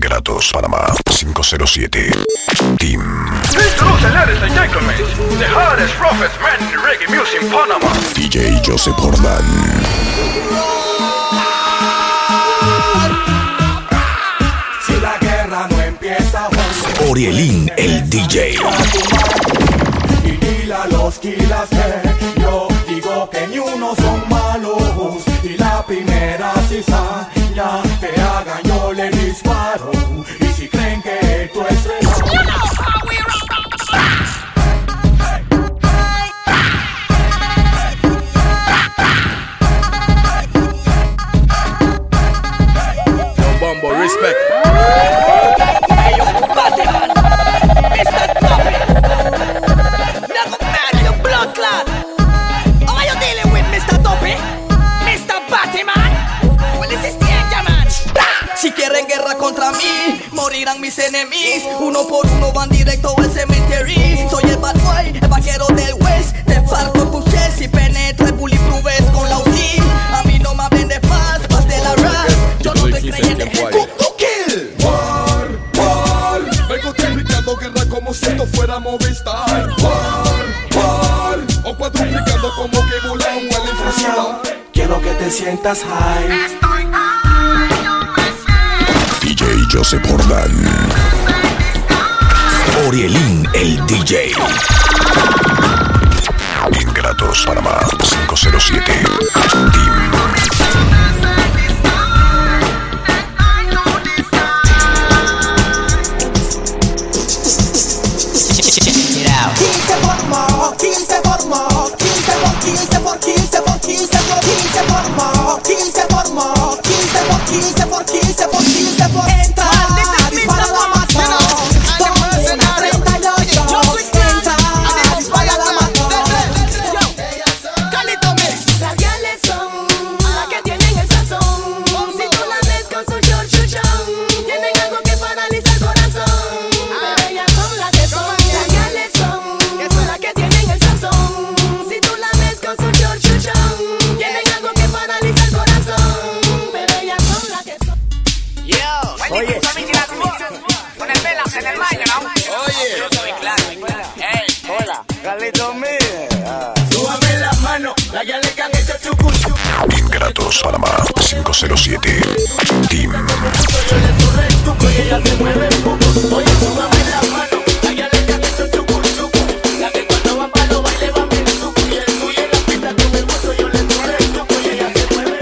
Ingratos Panamá 507 Team. Introduce, ladies and gentlemen, the hardest, roughest man in reggae music in Panama. DJ Joseph Jordan. Si la guerra no empieza, Orielín, el DJ. Y dile a los kilas que yo digo que ni uno son malos. Y la primera cizaña que hagan yo le disparo. Y si creen que esto es real, Bombo, respect. Hey, yo, Batman, Mr. Toppy. Never mad, you blood clot. How are you dealing with Mr. Toppy? Mr. Batman. Well, this is danger, man. Si quieren guerra contra mí, morirán mis enemigos. Uno por uno van directo al cementerio. Soy el bad boy, el vaquero del West. Te parto tu chest y penetro el bulletproof vest con la UCI. A mí no me hablen de paz de la rap. Yo no te creyendo. Vengo triplicando guerra como si esto fuera Movistar. War, o cuadruplicando como que volá un vuelo en velocidad. quiero que te sientas high. DJ Joseph Jordan. Orielín, el DJ. Ingratos Panamá 507 Team. Entra, dispara la masa. Toma una 38. Entra, dispara la masa. Calito Mix. Las gales son las que tienen el sazón. Si tú la ves con su short chuchón, tienen algo que paraliza el corazón. Pero ellas son las que son. Las gales son las que tienen el sazón. Si tú la ves con su short chuchón, tienen algo que paraliza el corazón. Pero ellas son las que son. Oye, con el velas en el baño, ¿no? Oye, yo soy claro. Hey, hola, Calito Mix. Súbame la mano, la ya le can hecho chucuchu. Ingratos Panamá 507 Team. Ella se mueve poco. Oye, súbame la mano, la ya le can hecho chucuchu. La que cuando va para los bailes va bien suco. Y el tuyo en la pista con el bolso yo le suelo el chuco. Y ella se mueve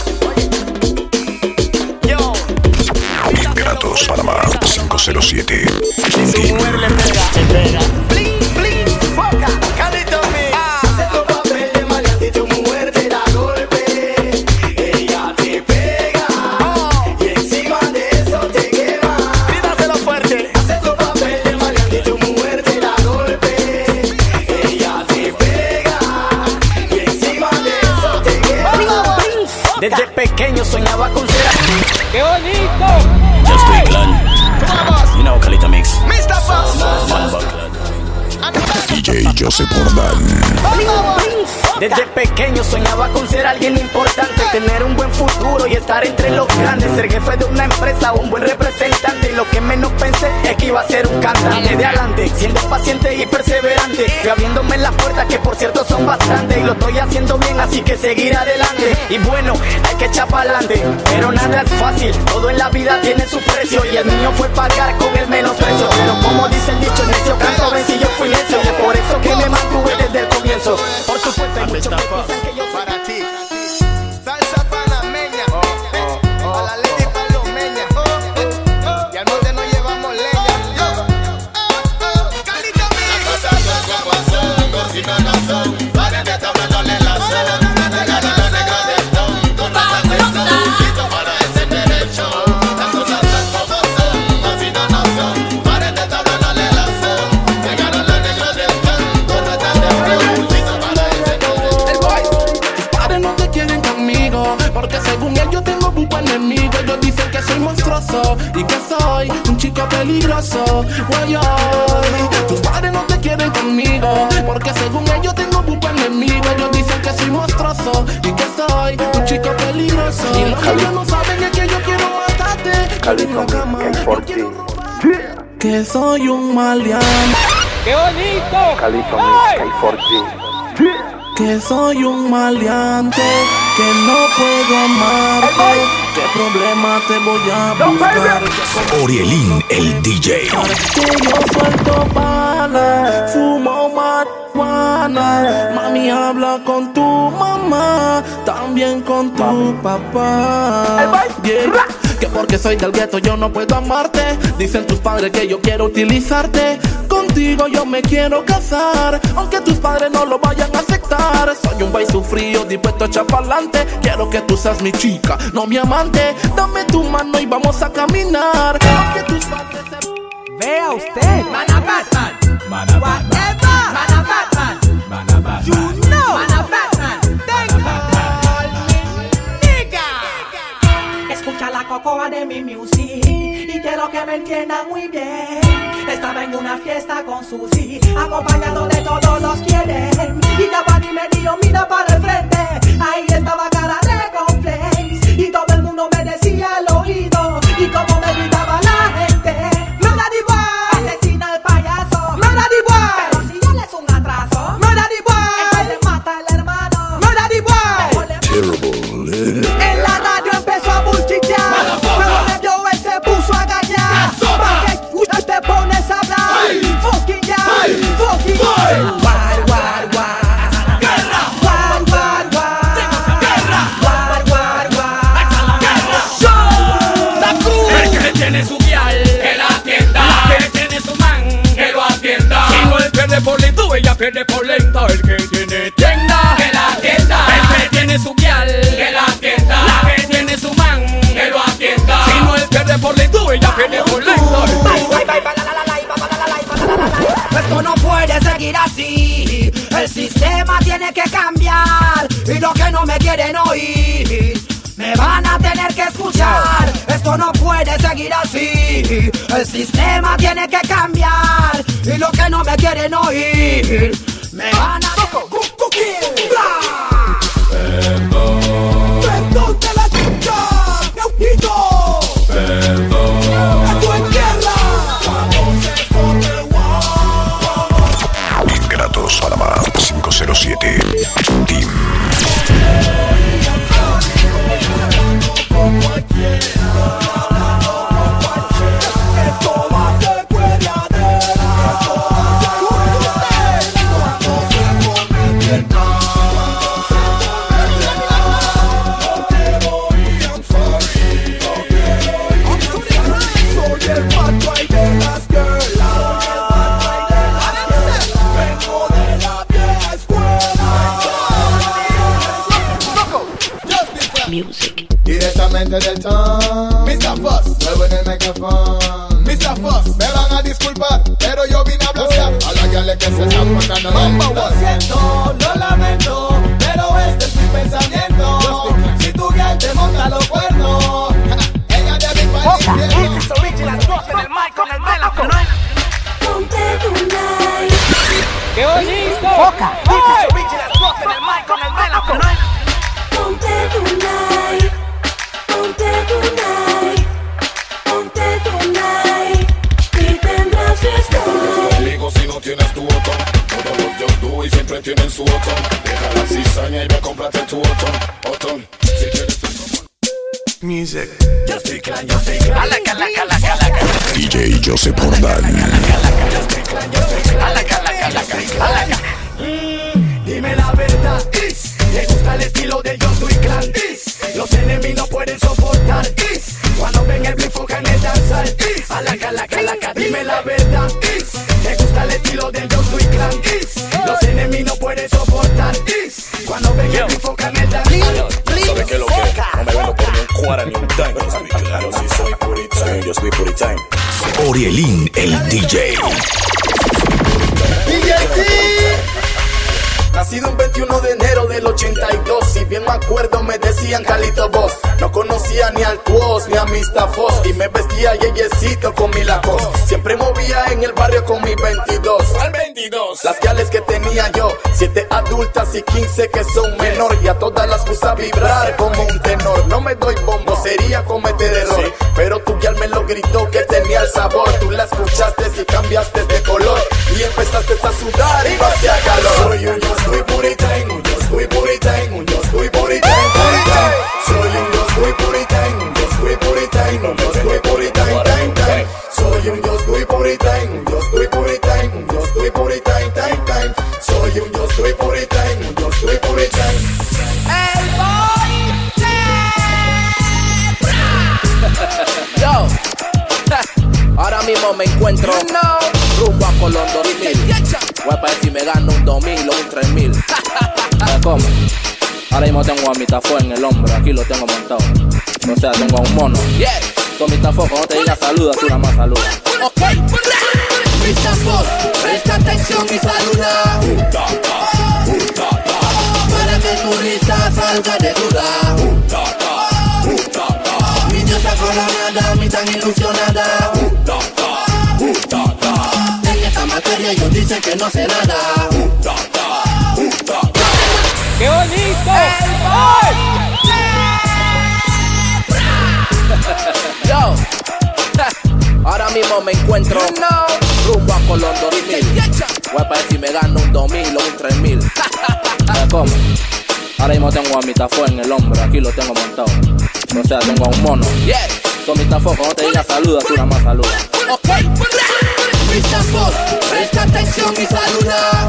poco. Yo. Ingratos Panamá 507 Si su mujer le pega. Bling, bling, foca, Calito Mix. Hace los papeles maleantes y tu mujer te da golpe. Ella te pega y encima de eso te quema. Dígaselo fuerte. Hace los papeles maleantes y tu mujer te da golpe. Ella te pega y encima de eso te quema. Desde pequeño soñaba con ser ¡qué bonito! Yo estoy clan. You know Calito Mix. Mr. Boss. DJ Joseph Jordan. Desde pequeño soñaba con ser alguien importante, tener un buen futuro y estar entre los grandes, ser jefe de una empresa o un buen representante. Y lo que menos pensé es que iba a ser un cantante de adelante, siendo paciente y perseverante, fui abriéndome las puertas que por cierto son bastantes. Y lo estoy haciendo bien, así que seguir adelante. Y bueno, hay que echar para adelante, pero nada es fácil, todo en la vida tiene su precio. Y el mío fue pagar con el menosprecio. Pero como dice el dicho, necio canso vencí, yo fui necio. Y es por eso que me mantuve desde el comienzo. Por supuesto hay muchos que piensan que yo soy para ti. Salsa panameña. A la lady palomeña. Y al monte no llevamos leña. Calito Mix. Las cosas son como son, cocina no son. Paren de estar hablándole la son. Regalan los negros del ton, con la atención. Listo para ese derecho. Las cosas son como son, cocina no son. Paren de estar hablándole la son. Regalan los negros del ton, con la atención. Listo para ese derecho. Tus padres no te quieren conmigo, porque según ellos tengo un buen enemigo. Ellos dicen que soy monstruoso y que soy un chico peligroso. Oy, oy. Tus padres no te quieren conmigo, porque según ellos tengo un buen enemigo. Ellos dicen que soy monstruoso y que soy un chico peligroso. Y lo que ellos no saben es que yo quiero matarte. Calico que soy un maleante. ¡Qué bonito! Calico que soy un maleante, que no puedo amarte. ¿Qué problema te voy a buscar? Orielín, el DJ. Que yo suelto bala, fumo marihuana. Mami, habla con tu mamá, también con tu papá. Yeah. Que porque soy del gueto yo no puedo amarte. Dicen tus padres que yo quiero utilizarte. Contigo yo me quiero casar, aunque tus padres no lo vayan a aceptar. Soy un güey sufrido, dispuesto a echar pa'lante. Quiero que tú seas mi chica, no mi amante. Dame tu mano y vamos a caminar, aunque tus padres se... Vea usted, Mana Batman, whatever, Mana Batman, you know, Mana Batman, nigga. Escucha la cocoa de mi music y quiero que me entiendan muy bien. Estaba en una fiesta con Susi, acompañado de todos los quieren. Y Nabani me dio mira para el frente. Ahí estaba cara de cornflakes y todo el mundo me decía al oído. Y como me gritaba la gente, Melody Boy, asesina al payaso. Melody Boy, pero si él es un atraso. Melody Boy, entonces mata al hermano. Melody Boy, Terrible. en la radio empezó a bullshitear, pero me dio él se puso a gallar. Porque te pones a hablar, fucking ya, fucking war, war, war. Guerra, war, war, war. Guerra, war, war, war. ¡La cruz! El que tiene su vial, que la atienda. La que tiene su man, que lo atienda. Si no él pierde por lento, ella pierde por lenta. El que tiene tienda, que la atienda. El que tiene su vial, que la atienda. La que tiene su man, que lo atienda. Si no él pierde por lento, ella pierde por lenta. Esto no puede seguir así. El sistema tiene que cambiar. Y los que no me quieren oír me van a tener que escuchar. Esto no puede seguir así. El sistema tiene que cambiar. Y los que no me quieren oír me van a... Perdón de la chica, Neuquito. Perdón. Esto es guerra. Ingratos Panamá 507. Team. Music. Directamente del town, Mr. Fuss, nuevo en el micrófono. Mr. Fuss, me van a disculpar, pero yo vine a blastar a la gale que se están portando mal. Lo siento, lo lamento, pero este es mi pensamiento. Si tu gal te monta los cuernos, ella debe ir para el infierno. This is original Rough en el mic con el meláfono. Ponte tonight. ¡Qué bonito! Foca. This is original Rough en el mic con el meláfono. Ponte tonight. Ponte tonight. Ponte tonight. Y tendrás fiesta. Amigos, si no tienes tu botón, todos los Just Do y siempre tienen su botón. Deja la cizaña y ve a comprarte tu botón. Si quieres tu Music. Just decline. Alaca. DJ Joseph Jordan. Alaca. Dime la verdad, ¿te gusta el estilo del Yo Soy Clan? Los enemigos no pueden soportar. Cuando ven el blink foca en el danzar. Alaca. Dime la verdad, ¿te gusta el estilo del Yo Soy Clan? Los enemigos no pueden soportar. Cuando ven el blink foca en el danzar. ¿Sabes qué es lo que es? No me vendo por ni un cuara ni un dime. Claro, si soy puritime. Yo soy puritime. Orielín, el DJ. Nacido un 21 de enero del 82. Si bien me acuerdo me decían Calito Boss. No conocía ni al Quos ni a Mr. Foss. Y me vestía yeyecito con mi Lacoste. Siempre movía en el barrio con mi 22. Al 22. Las gales que tenía yo, 7 adultas y 15 que son menor. Y a todas las puse a vibrar como un tenor. No me doy bombo, sería cometer error. Pero tu guial sonido que tenía el sabor. Tú la escuchaste y cambiaste de color y empezaste a sudar y hacía calor. Soy un yo estoy puritain, un yo estoy puritain, un yo estoy puritain, puritain. Soy un yo estoy puritain, un yo estoy puritain, un yo estoy puritain, time, time. Soy un yo estoy puritain, un yo estoy puritain, un yo estoy puritain, time, time. Soy un yo estoy puritain, un yo estoy puritain. El boy Yo, ahora mismo me encuentro rumbo a Colón 2000. Voy a ver si me gano un 2000 o un 3000. ¿Cómo? Ahora mismo tengo a mi tafo en el hombro, aquí lo tengo montado. O sea, tengo a un mono. Con mi tafo, cuando te diga saluda, tú nada más saluda. Ok, mis tafos, presta atención y saluda. Para que el turista salga de duda. Mi diosa coronada, mi tan ilusionada. En esta materia ellos dicen que no sé nada. ¡Qué bonito! Yo, ahora mismo me encuentro rumbo a Colón 2000. Voy a ver si me gano un 2000 o un 3000. ¿Cómo? Ahora mismo tengo a mi tafo en el hombro, aquí lo tengo montado. O sea, tengo a un mono. Con mi tafo, cuando te diga saluda, tú nada más saluda. Ok, mis tafos, presta atención y saluda.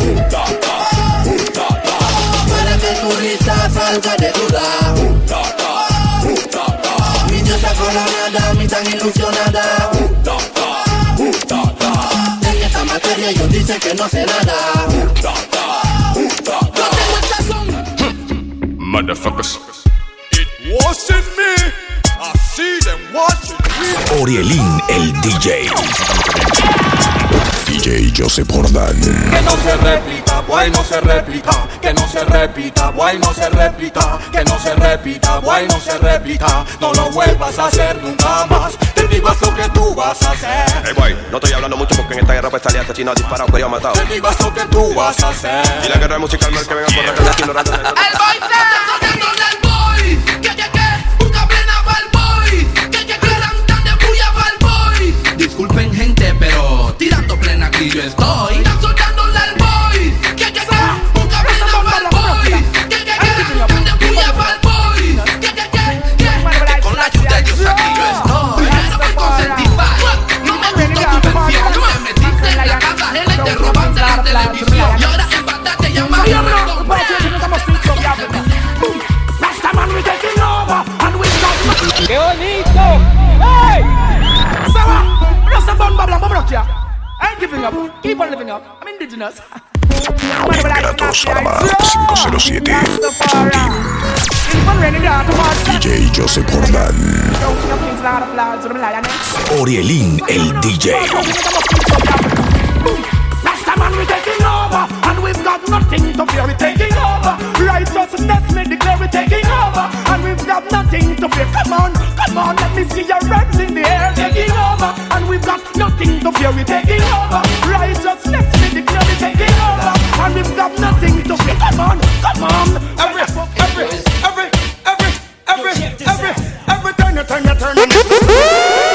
Para que el turista salga de duda. Mi diosa coronada, mi tan ilusionada. En esta materia ellos dicen que no sé nada. Motherfuckers. It wasn't me. I see them watching me. Orielín, el DJ. DJ Joseph Jordan. Que no se repita, boy, no se repita. Que no se repita, boy, no se repita. Que no se repita, boy, no se repita. No lo vuelvas a hacer nunca más. Te digo esto que tú vas a hacer. Hey boy, no estoy hablando mucho porque en esta guerra pues salía hasta China disparado que yo he matado. Te digo esto que tú vas a hacer. Y la guerra musical mal que vengan por la calle ignorando. El boy se boy. Que busca plena pa'l boy. Que tan de bulla pa'l boy. Disculpen gente, pero tirando plena aquí yo estoy. Están soltándole al boy. Que busca plena pa'l boy. Que tan de bulla pa'l boy. Que con la ayuda de Dios aquí yo estoy. Pero me consentí mal. No me gustó tu versión. Te metiste en la casa ajena y te robaste la televisión. Y ahora en banda te llaman reggaetón. ¡Qué bonito! ¡Hey! I'm giving up. Keep on living up. I'm indigenous. Gratos Panamá 507. DJ Joseph Jordan. Orielín, el DJ. Man, we taking over, and we've got nothing to fear. We taking over, righteousness we declare. We taking over, and we've got nothing to fear. Come on, let me see your hands in the air. Taking over, and we've got nothing to fear. We taking over, righteousness we declare. We taking over, and we've got nothing to fear. Come on. Every turn.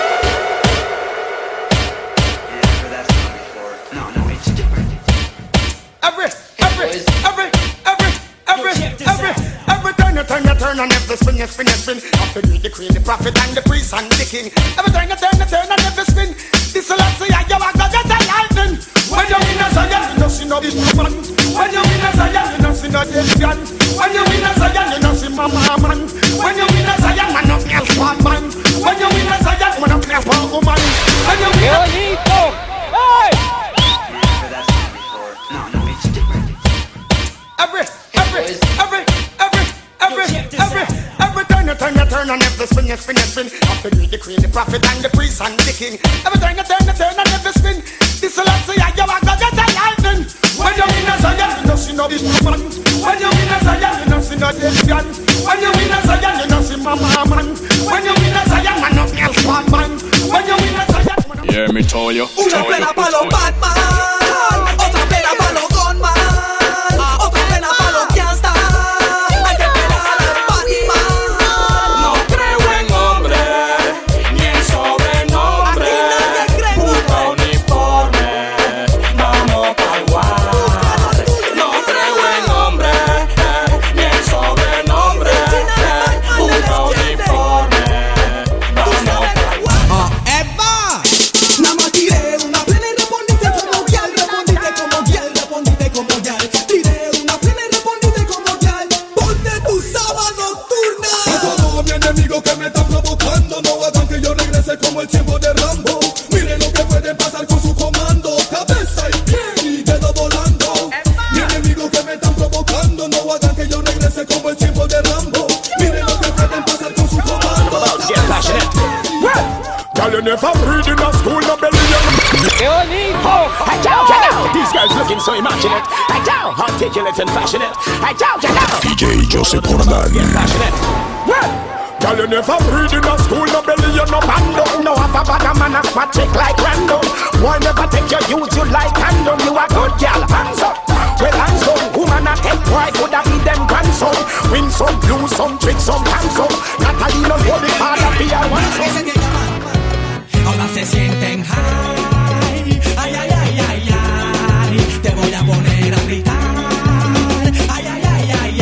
Every turn and every spin. After me the queen, the prophet and the priest and the king. Every turn and every spin. This will say I go get a lightning. When you in a Zion, you don't see no man. When you in a Zion, you don't see no Zion. When you in a Zion, you don't see mama man. When you in a Zion, man of the alpha man. When you in a Zion, man of the alpha woman. When you in a bonito! ¡Hey! Every turn and every spin. After me the queen, the prophet and the priest and the king. Every turn and every spin. This will say I go get a lightning. When you in a Zion, you don't see no man. When you in a Zion, you don't see no Zion. When you in a Zion, you don't see mama man. When you in a Zion, man of the alpha man. When you in a Zion, yeah, me told you. Una plena pa' los Batman, otra plena pa' los Gunman, otra plena pa' los Gangsta. Hay que pelar al Batman. No creo en hombre, ni en sobrenombre. regrese como el tiempo de Rambo. Miren lo que puede pasar con su comando. Cabeza y pie y dedo volando. Mi enemigo que me están provocando. No hagan que yo regrese como el tiempo de Rambo. Miren lo que pueden pasar con su comando. Girl, you never read in a school, no belly. ¡Qué bonito! Hey, ciao, ciao. These guys looking so immaculate. Hey, ciao, articulate and passionate. Hey, ciao, ciao. DJ Joseph Jordan. Girl, you never read in a school, no belly, you no bando. No have a bad man, a spot chick like random. Why never take your use you like handle? You a good girl, hands up. Well, hands up. Woman a take pride, coulda be them grandson. Win some, lose some, trick some, hands up. Natalie no hold the father, be a one son. Ahora se sienten high. Ay, ay, ay, ay, ay. Te voy a poner a gritar. Ay, ay, ay, ay,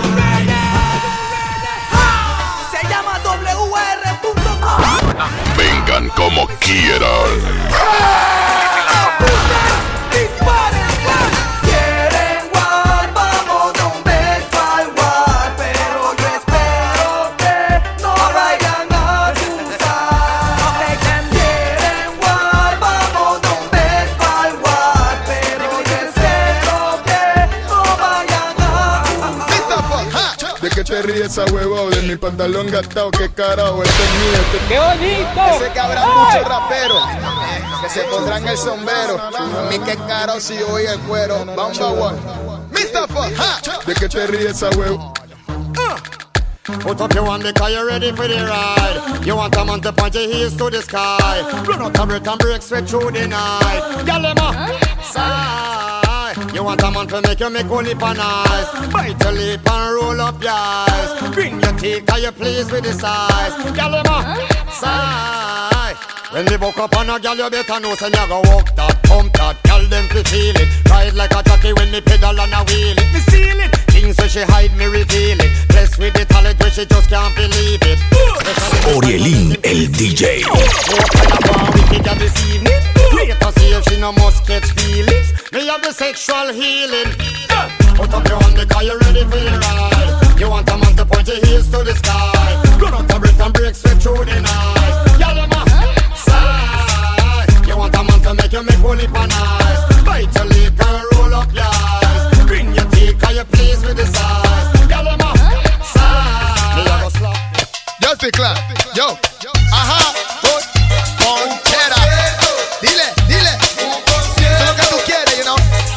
ay. Se llama WR.com. Vengan como quieran. Quieren war, vamos de un beso al war. Pero yo espero que no vayan a abusar. Quieren war, vamos de un beso al war. Pero yo espero que no vayan a abusar. ¿De qué te ríes a huevo? De mi pantalón gastado, qué carajo, este es mío. ¡Qué bonito! Sé que habrá muchos raperos que se pondrán el sombrero. A mí qué caro si yo voy el cuero. Vamos a one. Mr. Fuck, ¿de qué te ríes a huevo? Put up your hand because you're ready for the ride. You want a man to point your heels to the sky. Run out a breath and break straight through the night. Galema, sigh. You want a man to make you make whole heap of nice. Bite your lip and roll up your eyes. Bring your teeth cause you're pleased with the size. Galema, sigh. When we woke up on a gal, you better know say me go walk that, pump that. Gal them fi feel it. Ride like a jockey when me pedal and a wheel it. Me seal it. Things so she hide me reveal it. Blessed with the talent where she just can't believe it. Orielín, el DJ. This evening, later see if she no must catch feelings. Me have the sexual healing. Put up your hand because you're ready for the ride. You want a man to point your heels to the sky. Run out a breath and break straight through the night. Y'all sigh. You want a man to make you make whole heap of nice. Bite your lip and roll up your eyes. Bring your teeth cause you're pleased with the size. Y'all sigh. Me have a slap. Just be clap. Yo. Ajá. Ponchera. Dile. Eso es lo que tú quieres, you know.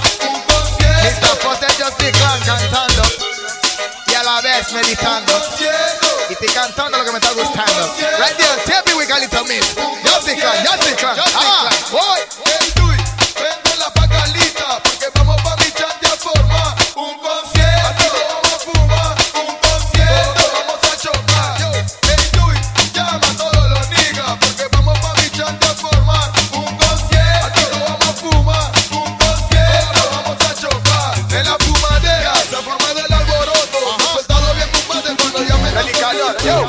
Mr. Foster Just Be Clan cantando. Y a la vez meditando. Y estoy cantando lo que me está gustando. Right there, tell me we got it to me. Just Be Clan. Ah, voy. Hey, Dui, vende la pacalita. Porque vamos pa' mi chat de forma. Un concierto. Aquí lo vamos a fumar. Un concierto. Vamos a chocar. Yo, hey, Dui, llama a todos los niggas. Porque vamos pa' mi chat de formar. Un concierto. Aquí lo vamos a fumar. Un concierto. Vamos a chocar. En la fumadera se ha formado el alboroto. Me he soltado bien compadre cuando ya me da calor. Yo,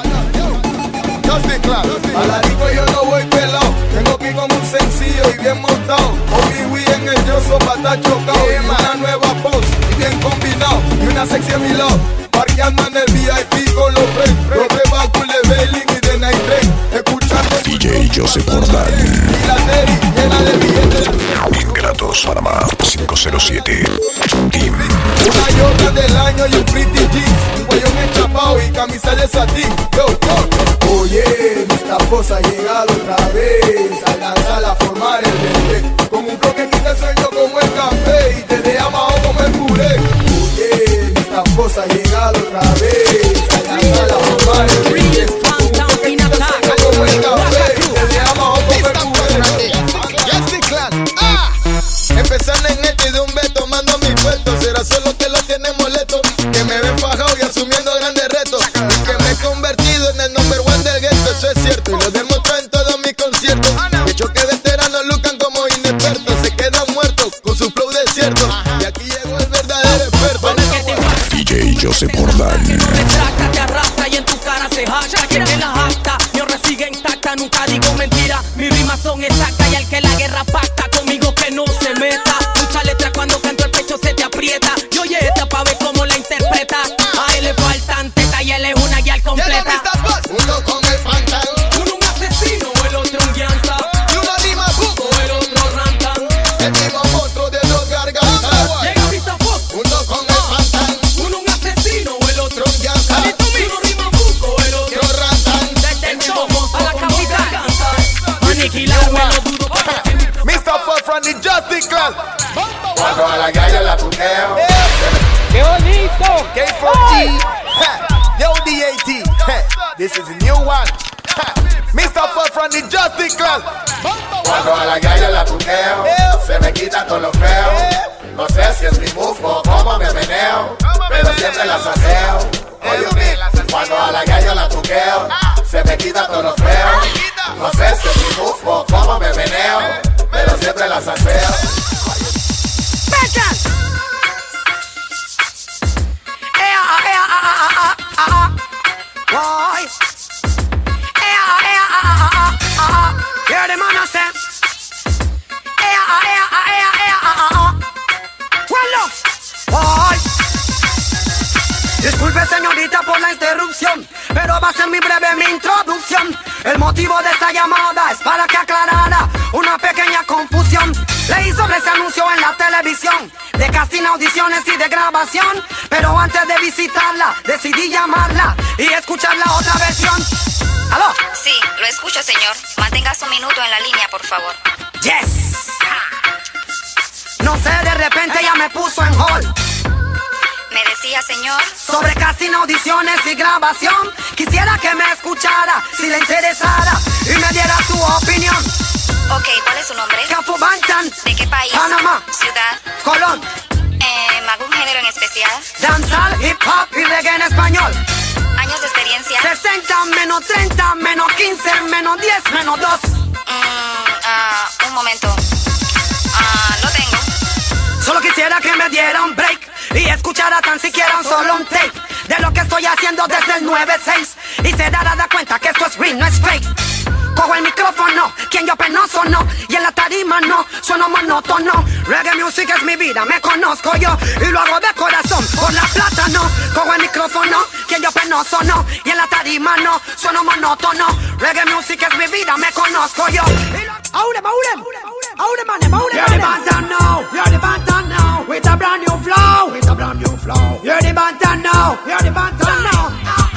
Just Be Clan. A la disco yo no voy pelado. Tengo que ir con un sencillo y bien montado. Obi en el yoso pa' estar chocado. Y una nueva pose y bien combinado. Y una sexy a mi lado. Parqueando en el VIP con los friends. Los de Bakul, de Bailing y de Night Train. Escuchando DJ Joseph Jordan. y la Terry llena de billetes. Ingratos Panamá 507. Team. Una Jordan del año y un pretty jeans. Un cuellón enchapado y camisa de satín. Yo. Oye, Mr. Foss ha llegado otra vez a lanzar a formar el bebé. Con un flow que quita el sueño como el café y te deja majo como el puré. Oye, Mr. Foss ha llegado otra vez a lanzar a formar el bebé. Con un flow que quita el sueño como el café y te deja majo como el puré. Just Be Clan. Empezando en este de un beto, tomando mi puesto. Será solo que lo tiene molesto. Que me ven fajado y asumiendo grandes retos. Y que me he convertido en el number one del gueto. Eso es cierto y lo demuestro en todos mis conciertos. De hecho que veteranos luchan como inexpertos. Se quedan muertos con su flow desierto. Y aquí llegó el verdadero experto. DJ Joseph Jordan. Retracta, te arrastra y en tu cara se jacta. Que te la jacta, mi honra sigue intacta. Nunca digo mentira, mis rimas son exactas. Y al que la guerra pacta, conmigo que no se meta. Mucha letra cuando canto el pecho se te aprieta. Yo esta pa' ver cómo la interpreta. A él le faltan tetas y él es una guía completa. Uno con el pantalón. Uno un asesino, el aniquilarme, no dudo que Mr. Fuck from the Justice Club. Cuando a la gallo la tuqueo. ¡Qué bonito! K4T. Yo, DAT. This is a new one. Mr. Fuck from the Justice Club. Cuando a la gallo la tuqueo, se me quita todo lo feo. No sé si es mi move o cómo me meneo, pero siempre las aseo. Oye, cuando a la gallo la tuqueo, se me quita todo lo feo. No sé si es mi move o cómo me meneo, pero siempre las aseo. Disculpe señorita por la interrupción, pero va a ser mi breve mi introducción. El motivo de esta llamada es para que aclarara una pequeña confusión. Leí sobre ese anuncio en la televisión de casting, audiciones y de grabación, pero antes de visitarla decidí llamarla y escuchar la otra versión. ¿Aló? Sí, lo escucho, señor. Mantenga su minuto en la línea, por favor. Yes. No sé, de repente ya me puso en hold. ¿Me decía, señor? Sobre casting, audiciones y grabación. Quisiera que me escuchara, si le interesara, y me diera su opinión. Ok, ¿cuál es su nombre? Cafu Bantan. ¿De qué país? Panamá. Ciudad. Colón. ¿Algún género en especial? Danzal, hip hop y reggae en español. ¿Años de experiencia? 60 menos 30 menos 15 menos 10 menos 2. Un momento. Lo tengo. Solo quisiera que me diera un break y escuchara tan siquiera un solo un take de lo que estoy haciendo desde el 9-6 y se dará de cuenta que esto es real, no es fake. Cojo el micrófono, quien yo penoso no, y en la tarima no, sueno monótono. Reggae music es mi vida, me conozco yo, y lo hago de corazón, por la plata no. Cojo el micrófono, quien yo penoso no, y en la tarima no, sueno monótono. Reggae music es mi vida, me conozco yo. You're the Bantan now, you're the Bantan now, with a brand new flow, with a brand new flow. You're the Bantan now, you're the Bantan now.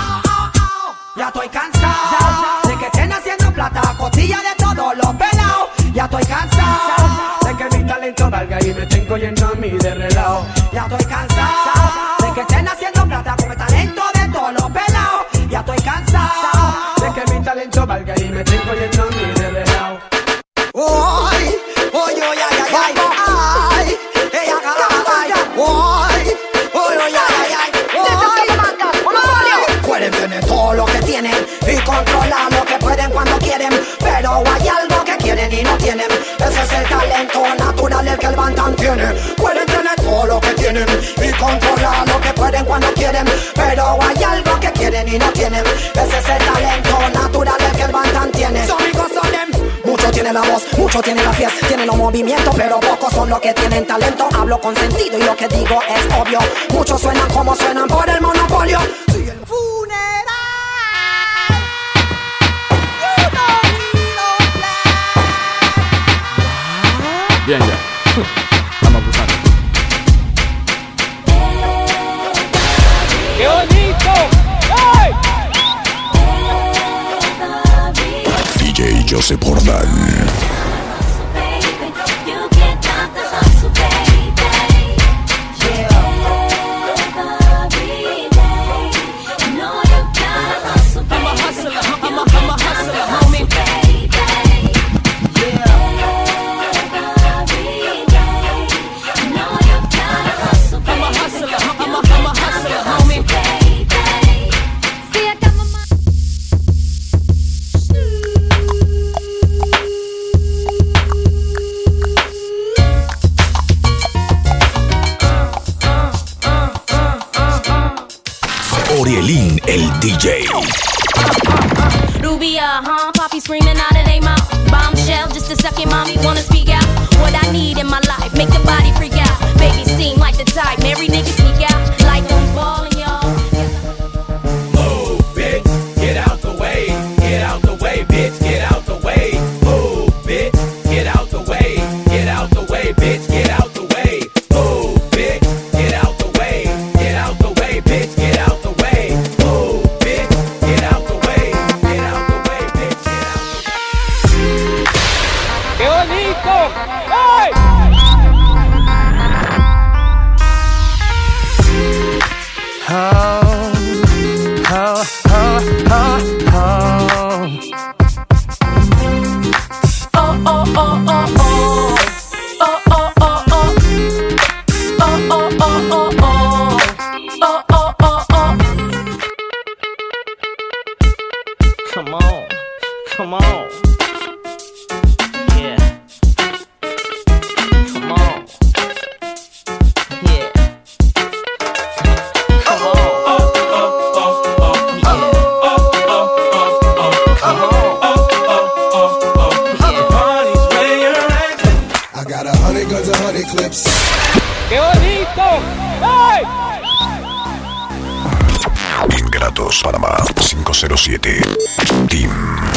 Ya estoy cansado de que estén haciendo plata a costilla de todos los pelados. Ya estoy cansado de que mi talento valga y me estén cogiendo a mí de relajo. Ya estoy cansado de que estén haciendo plata con el talento de todos los pelados. Ya estoy cansado de que mi talento valga y me estén cogiendo a mí de relajo. Ay, ay, ay, ay, ay, ay, pueden tener todo lo que tienen y controlar lo que pueden cuando quieren, pero hay algo que quieren y no tienen. Ese es el talento natural el que el Bantan tiene. Pueden tener todo lo que tienen y controlar lo que pueden cuando quieren, pero hay algo que quieren y no tienen. Ese es el talento natural el que el Bantan tiene. Son amigos, son them. Muchos tienen la voz, muchos tienen la fiesta, tienen los movimientos, pero pocos son los que tienen talento. Hablo con sentido y lo que digo es obvio. Muchos suenan como suenan por el monopolio. Sí, el funeral. Bien, ya. Estamos abusando. ¡Qué bonito! ¡Ay! DJ Joseph Jordan. Orielín, el DJ. Rubia, Poppy screaming out of their mouth. Bombshell, just a second, mommy wanna speak out. What I need in my life, make the body freak out. Baby seem like the type, marry niggas sneak out. Like them ballin', y'all. Move, bitch, get out the way. Get out the way, bitch, get out the way. Move, bitch, get out the way. Get out the way, bitch, get out the way. Move, bitch, get out the way. Get out the way, bitch, get out the way. Move, bitch, get out the way. Get out the way, bitch, get out the way. bonito! ¡Hey! Come on, come on. Yeah. Come on. Yeah. Come on. I got 100 guns, 100 clips. ¡Qué bonito! ¡Hey! Ingratos Panamá 507 Team.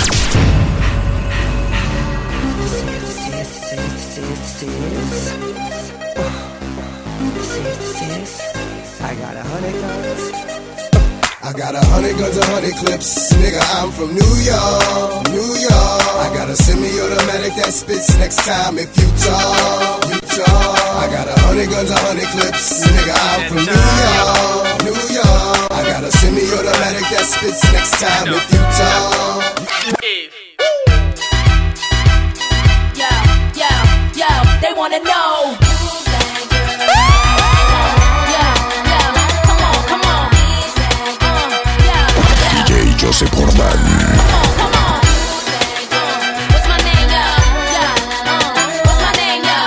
I got 100 guns. I got 100 guns, 100 clips. Nigga, I'm from New York, New York. I got a semi-automatic that spits next time if you talk, you talk. I got 100 guns, 100 clips. Nigga, I'm from New York, New York. I got a semi-automatic that spits next time if you talk. Yo, they wanna know. DJ Joseph Jordan. What's my name, yo? What's my name, yo?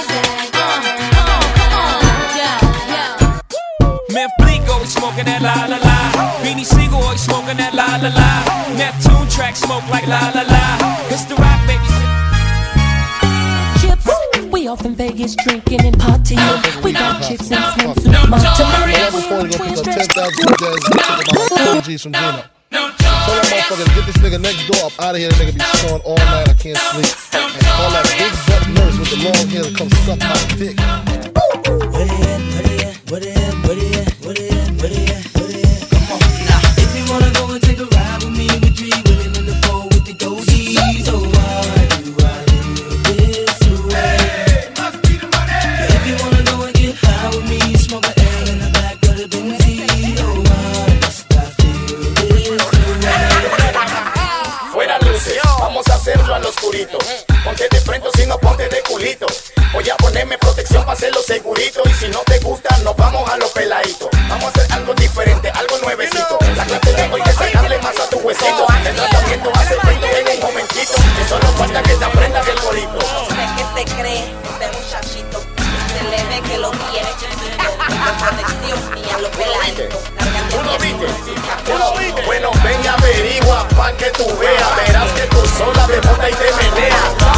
Me explico, we smoking that la la la. Beanie Siegel, we smoking that la la la. Neptune track smoke like la la la. It's the rock, baby. Chips, we off in Vegas drinking and partying. We got chicks and swimsuits, Monterey. Before we go to the 10,000 DJs, G's from Gino. Tell that motherfucker to get this nigga next door up out of here. That nigga be snoring all night. I can't sleep. And call that big butt nurse with the long hair to come suck my dick. Where they at? Where they at? Where they at? Where they at? Where they at? Where they at? Come on. Now, if you wanna go and take a ride with me, with G, willing in the four with the goatees. Oh, why do I live this way? Must be the money. If you wanna go and get high with me, smoke an L in the back of the Benz. Oh, why must I feel this way? Fuera luces, vamos a hacerlo al oscurito. Ponte de frente si no ponte de culito. Voy a ponerme protección para hacerlo segurito. Y si no te gusta, nos vamos a los peladitos. Vamos a hacer algo diferente, algo nuevecito. La clase de hoy es sacarle más a tu huesito. El tratamiento hace efecto en un momentito. Y solo falta que te aprendas el corito. No sé qué se cree este muchachito. Se le ve que lo tiene chiquito. La protección y a los peladitos. ¿Tú lo viste? Bueno, ven averigua pa' que tú veas. Verás que tú sola te bota y te menea.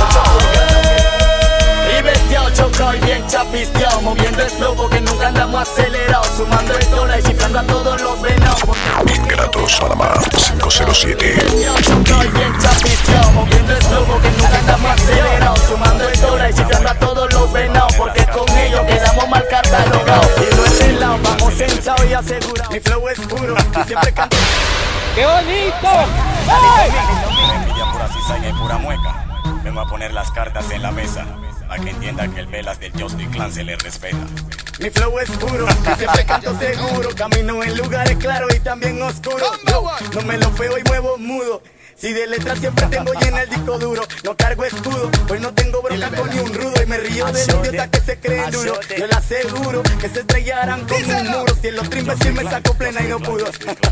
Y vestido, chocado y bien chapisteado. Moviendo el flow porque nunca andamos acelerados. Sumando el dólar y chiflando a todos los venados. Ingratos Panamá 507 Chocado y bien chapisteado. Moviendo el flow porque nunca andamos acelerados. Sumando el dólar y chiflando a todos los venados. Porque con ellos quedamos mal catalogados. Y no es el lado, vamos sentados y asegurados. Mi flow es puro y siempre canto. ¡Qué bonito! Envidia pura cizaña y pura mueca. Vengo a poner las cartas en la mesa, para que entienda que el velas del Just y Clan se le respeta. Mi flow es puro, y siempre canto seguro. Camino en lugares claros y también oscuros. No me lo feo y muevo mudo. Si de letras siempre tengo llena el disco duro. No cargo escudo, hoy no tengo bronca con ni un rudo. Y me río del idiota que se cree duro. Yo le aseguro que se estrellarán con un muro. Si el otro imbécil me sacó plena y no pudo.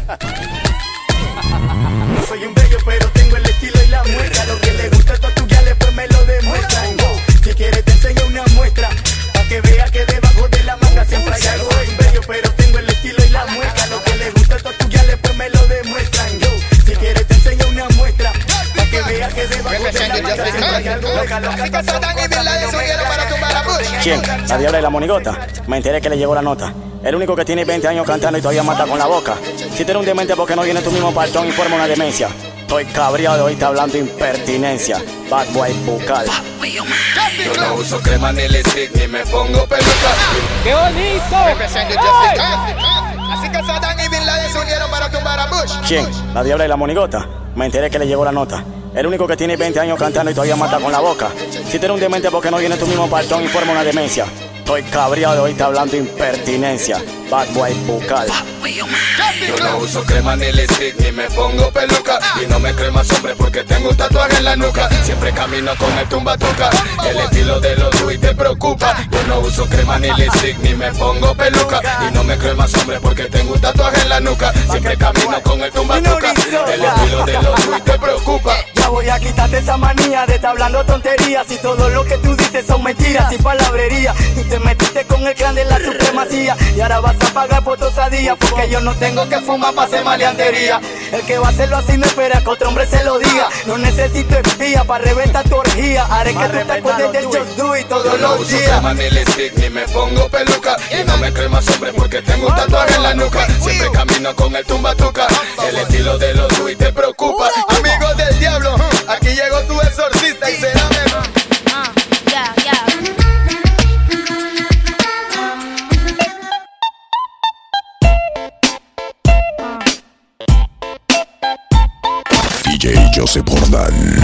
No soy un bello, pero tengo el estilo y la muestra. Lo que le gusta a tu gales, pues me lo demuestran. Si quieres te enseño una muestra, pa' que vea que debajo de la manga siempre hay algo. Soy un bello, pero tengo el estilo y la muestra. Lo que le gusta a tu gales, pues me lo demuestran. Si quieres te enseño una muestra, pa' que vea que debajo de la manga siempre hay algo. ¿Quién? ¿La diabla y la monigota? Me enteré que le llegó la nota. El único que tiene 20 años cantando y todavía mata con la boca. Si tú eres un demente, porque no viene tu mismo partón y forma una demencia. Estoy cabreado de oírte hablando impertinencia. Bad boy bucal. Yo no uso crema ni lipstick ni me pongo peluca. ¡Qué bonito! Así que Saddam y Bin Laden se unieron para tumbar a Bush. ¿Quién? ¿La diabla y la monigota? Me enteré que le llegó la nota. El único que tiene 20 años cantando y todavía mata con la boca. Si tú eres un demente porque no viene tu mismo partón y forma una demencia. Estoy cabreado de oírte hablando impertinencia. Bad boy bucal. Yo no uso crema ni lipstick ni me pongo peluca. Y no me creo más hombre porque tengo un tatuaje en la nuca. Siempre camino con el tumbatuca. El estilo de los Luis te preocupa. Yo no uso crema ni lipstick ni me pongo peluca. Y no me creo más hombre porque tengo un tatuaje en la nuca. Siempre camino con el tumbatuca. El estilo de los Luis te preocupa. Ya voy a quitarte esa manía de estar hablando tonterías. Y todo lo que tú dices son mentiras y palabrería. Tú te metiste con el clan de la supremacía. Y ahora vas a pagar por tu osadía. Porque yo no tengo que fumar para hacer maleantería. El que va a hacerlo así no espera que otro hombre se lo diga. No necesito espía para reventar tu orgía. Haré que tú te acuerdes del Just Do It todos los días. Yo no uso crema ni lipstick ni me pongo peluca. Y no me creo más hombre porque tengo un tatuaje en la nuca. Siempre camino con el tumbatuca. El estilo de los Luis te preocupa. Amigos del diablo, aquí llegó tu exorcista y será mejor. DJ Joseph Jordan.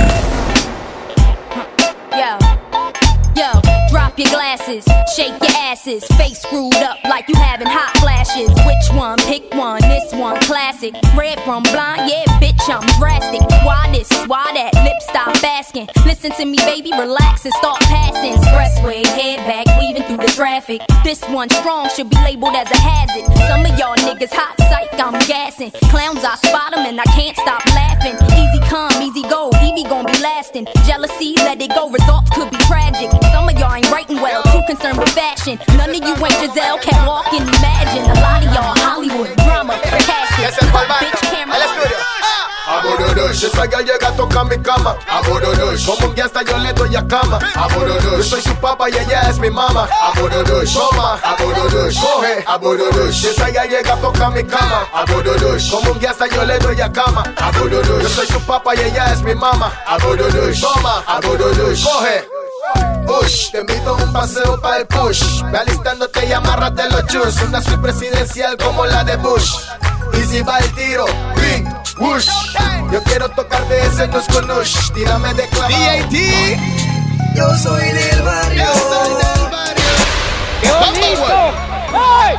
Yo, drop your glasses, shake your asses, face screwed up like you having hot flashes. Which one? Pick one, this one classic. Red from blind, yeah, bitch, I'm drastic. Why this, why that, lip stop asking. Listen to me, baby, relax and start passing. Expressway, head back, weaving through the traffic. This one strong should be labeled as a hazard. Some of y'all niggas hot psych, I'm gassing. Clowns, I spot them and I can't stop laughing. Easy come, easy go, Evie gon' be lasting. Jealousy, let it go, results could be tragic. Some of y'all ain't writing well, too concerned with fashion. None of you ain't Giselle, can't walk and imagine. A lot of y'all Hollywood drama, casket, bitch camera. Abududush, esa gal llega a tocar mi cama. Abududush, como un guía hasta yo le doy a cama. Abududush, yo soy su papá y ella es mi mamá. Abududush, toma, abududush, coge, abududush. Esa gal llega a tocar mi cama. Abududush, como un guía hasta yo le doy a cama. Abududush, yo soy su papá y ella es mi mamá. Abududush, toma, abududush, coge. Bush, te invito a un paseo para el push. Ve alistándote y amárrate los chus. Una suite presidencial como la de Bush. Y si va el tiro, ring, whoosh. Yo quiero tocar de ese nus con nush. Tírame de clavado. D.A.T. Yo soy del barrio. Yo soy del barrio. ¡Qué bonito! ¡Hey!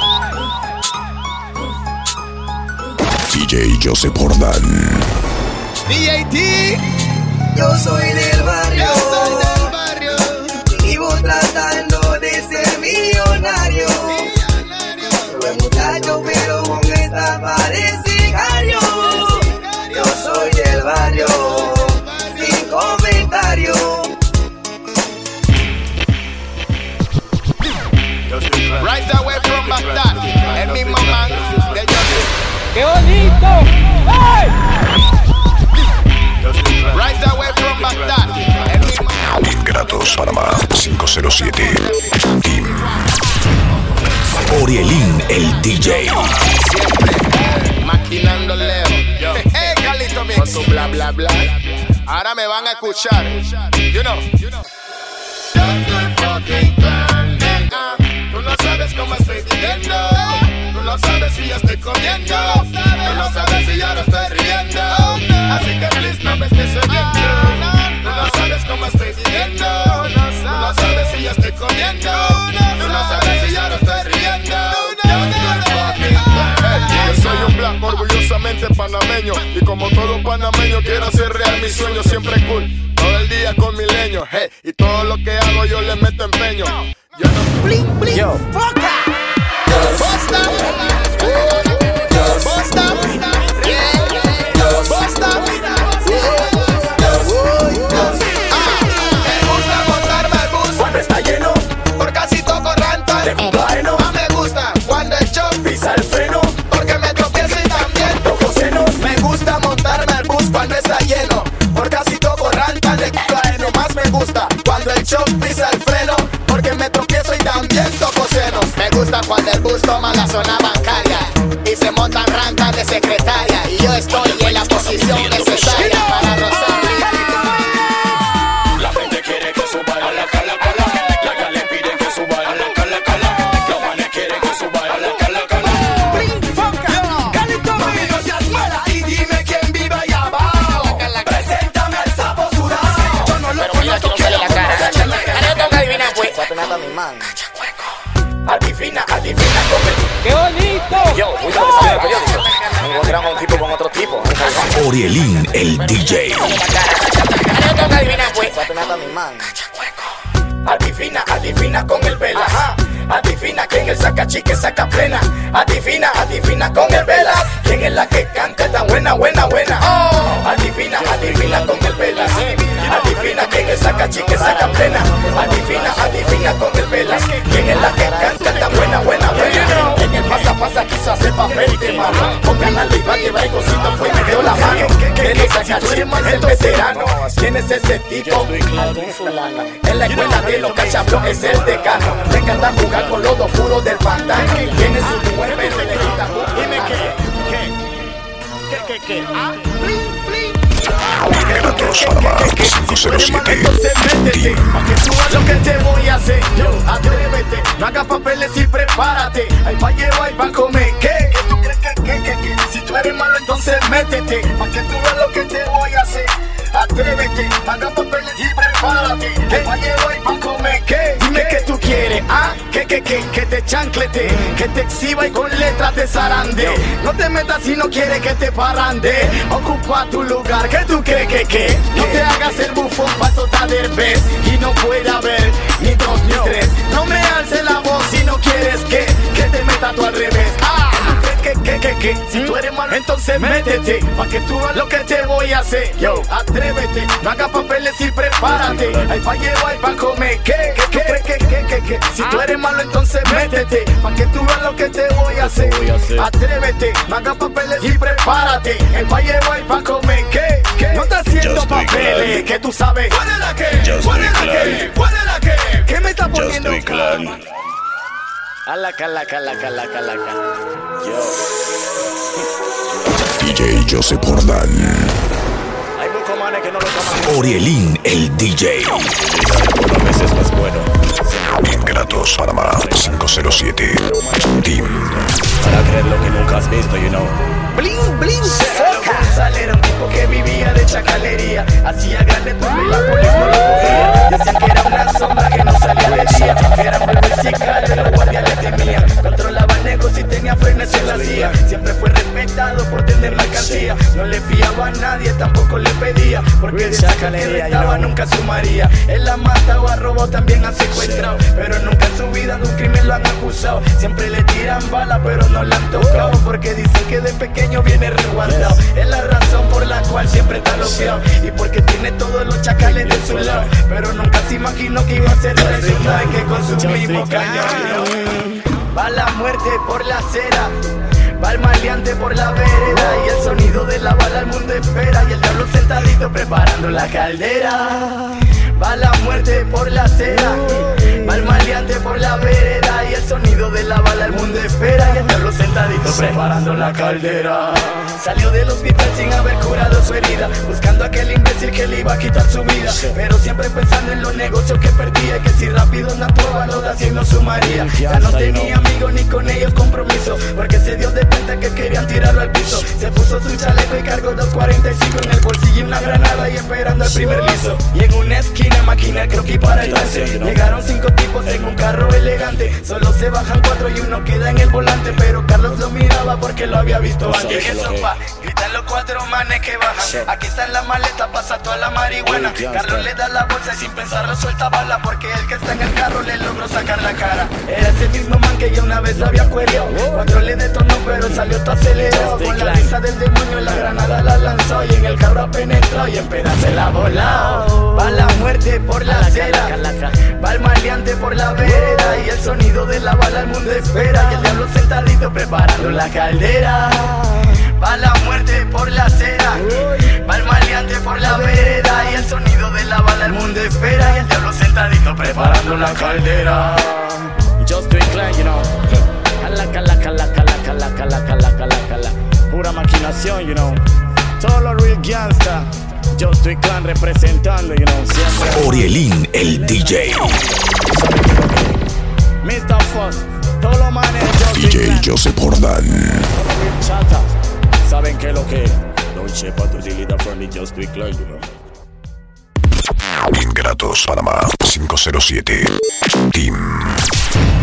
DJ Joseph Jordan. D.A.T. Yo soy del barrio. Yo soy del barrio. Vivo tratando de ser millonario. Soy muchacho pero con esta de sicario. Yo soy del barrio. Sin comentario. Right away from Baghdad. El mismo man de Joseph. ¡Qué bonito! ¡Hey! Right away from Baghdad. El mismo man. Ingratos Panamá 507. Team. Orielín, el DJ. Siempre maquinando Leo. Hey, Carlito Mix. Con su bla bla bla. Ahora me van a escuchar. You know. Tú no sabes cómo estoy viviendo. Tú no sabes si ya estoy comiendo. Tú no sabes si ya no estoy riendo. Así que please no me estés oyendo. Tú no sabes cómo estoy viviendo. Tú no sabes si ya estoy comiendo. Tú no sabes si ya no estoy riendo. Yo soy un black orgullosamente panameño. Y como todo panameño quiero hacer real mi sueño. Siempre cool, todo el día con mi leño. Hey, y todo lo que hago yo le meto empeño. Yo no bling bling. Yo. Cuando está lleno, por casi toco ranta. de cumpleaños, Me gusta cuando el show pisa el freno, porque me tropiezo y también toco senos. me gusta montarme al bus cuando está lleno. Por casi toco ranta de cumpleaños. Más me gusta cuando el show pisa el freno, porque me tropiezo y también toco senos. Me gusta cuando el bus toma la zona bancaria y se montan rantas de secretaria. Y yo estoy en la posición necesaria para rozar. La gente quiere que suba a la cala cala. La que le piden que suba a la cala cala. Los manes quieren que suba a la cala cala. Mami, no seas mala y dime quién vive allá abajo. Preséntame Sapenata mi man. Adivina con el... ¡Qué bonito! Yo, muy lo que sale en el periódico. Encontramos a un tipo con otro tipo. Orielín, el DJ. Sapenata mi man. Adivina con el velas. Adivina quién el saca chique, saca plena. Adivina con el velas. Quién es la que canta tan buena. Adivina con el velas. Adivina quién el saca chique, saca plena. Adivina con el velas. Quién es la que canta tan buena. En el pasa quiso hacer papel de mano. Con ganas le iba a llevar el cosito, fue y me dio la mano. Que no saca chique, más el veterano. ¿Quién es ese tipo? En la escuela de los cachabros es el decano. Le encanta jugar con los dos puros del pantano. Tiene su buen pero le quita. Dime qué. Gratos Panamá 507. Team. Aunque tú haz lo que te voy a hacer, yo, atrévete, no hagas papeles y prepárate. Hay pa' llevar, hay pa' comer, ¿qué? ¿Tú crees que? Si tú eres malo entonces métete, aunque tú veas lo que te voy a hacer. Atrévete, haga papeles y prepárate. Que pa' llevar y pa' comer, ¿qué? Dime que tú quieres, que te chanclete, que te exhiba y con letras te zarande. No te metas si no quieres que te parande. Ocupa tu lugar, que tú crees que no te hagas el bufón pa' soltar del vez. Y no puede haber ni dos ni tres. No me alces la voz si no quieres que te meta tú al revés. Que si tú eres malo entonces métete, pa' que tú veas lo que te voy a hacer. Yo, atrévete, no hagas papeles y prepárate. Hay pa' llevar, hay pa' comer, que si tú eres malo entonces métete, pa' que tú veas lo que te voy a hacer. Atrévete, no hagas papeles y prepárate. Hay pa' llevar, hay pa' comer, que no estás haciendo papeles, que tú sabes. ¿Cuál es la que? ¿Qué me está poniendo? Cala. DJ Joseph Jordan. Hay muchos manes que no lo toman. Orielín, el DJ. Por veces más bueno. Gratos Panamá 507. Team. Para creer lo que nunca has visto, you know. Bling, Soca. Era un tipo que vivía de chacalería. Hacía grande turno y la policía no lo cogía. Decían que era una sombra que no salía de día. Era un bebé sicario y los guardias le temían. Controlaba negocios y tenía frenes en la CIA. Siempre fue respetado por tener mercancía. No le fiaba a nadie, tampoco le pedía. Porque de chacalería estaba nunca sumaría. Él ha matado, ha robado, también ha secuestrado. Pero nunca en su vida de un crimen lo han acusado. Siempre le tiran balas, pero no le han tocado. Porque dicen que de pequeño viene resguardado. Es la razón por la cual siempre está loqueado. Y porque tiene todos los chacales de su lado. Pero nunca se imaginó que iba a ser traicionado. Y que con su mismo cañón va la muerte por la acera. Va el maleante por la vereda. Y el sonido de la bala al mundo espera. Y el diablo sentadito preparando la caldera. Va la muerte por la acera. Va el maleante por la vereda. Y el sonido de la bala al mundo espera. Y el diablo sentadito preparando la caldera. Salió del hospital sin haber curado su herida, buscando a aquel imbécil que le iba a quitar su vida. Pero siempre pensando en los negocios que perdía. Y que si rápido no probaba lo de haciendo sumaría. Ya no tenía amigos ni con ellos compromiso, porque se dio de cuenta que querían tirarlo al piso. Se puso su chaleco y cargó 2.45 en el bolsillo y una granada y esperando al primer liso. Y en una esquina maquina el croquis para el lance. Llegaron 5 tipos en un carro elegante. Solo se bajan 4 y uno queda en el volante. Pero Carlos lo miraba porque lo había visto antes. Gritan los 4 manes que bajan. Aquí está en la maleta, pasa toda la marihuana. Carlos le da la bolsa y sin pensarlo suelta bala, porque el que está en el carro le logró sacar la cara. Era ese mismo man que ya una vez lo había cuereado. 4 le detonó pero salió todo acelerado. Con la risa del demonio la granada la lanzó. Y en el carro penetró y en pedazos se la voló. Va la muerte por la acera. Va el maleante por la vereda. Y el sonido de la bala al mundo espera. Y el diablo sentadito preparando la caldera. Va la muerte por la acera. Va el maleante por la vereda. Y el sonido de la bala el mundo espera. Y el diablo sentadito preparando la caldera. Just do it clan, you know. Cala. Pura maquinación, you know. Todos los real gangsta. Just do it clan representando, you know. Siempre. Orielín, el DJ. Mr. Foss. Todos los manes. DJ Joseph Jordan. Chata. Saben que lo que. Don't shape out to the leader for me, just do it clan, you know. Ingratos Panamá 507 Team.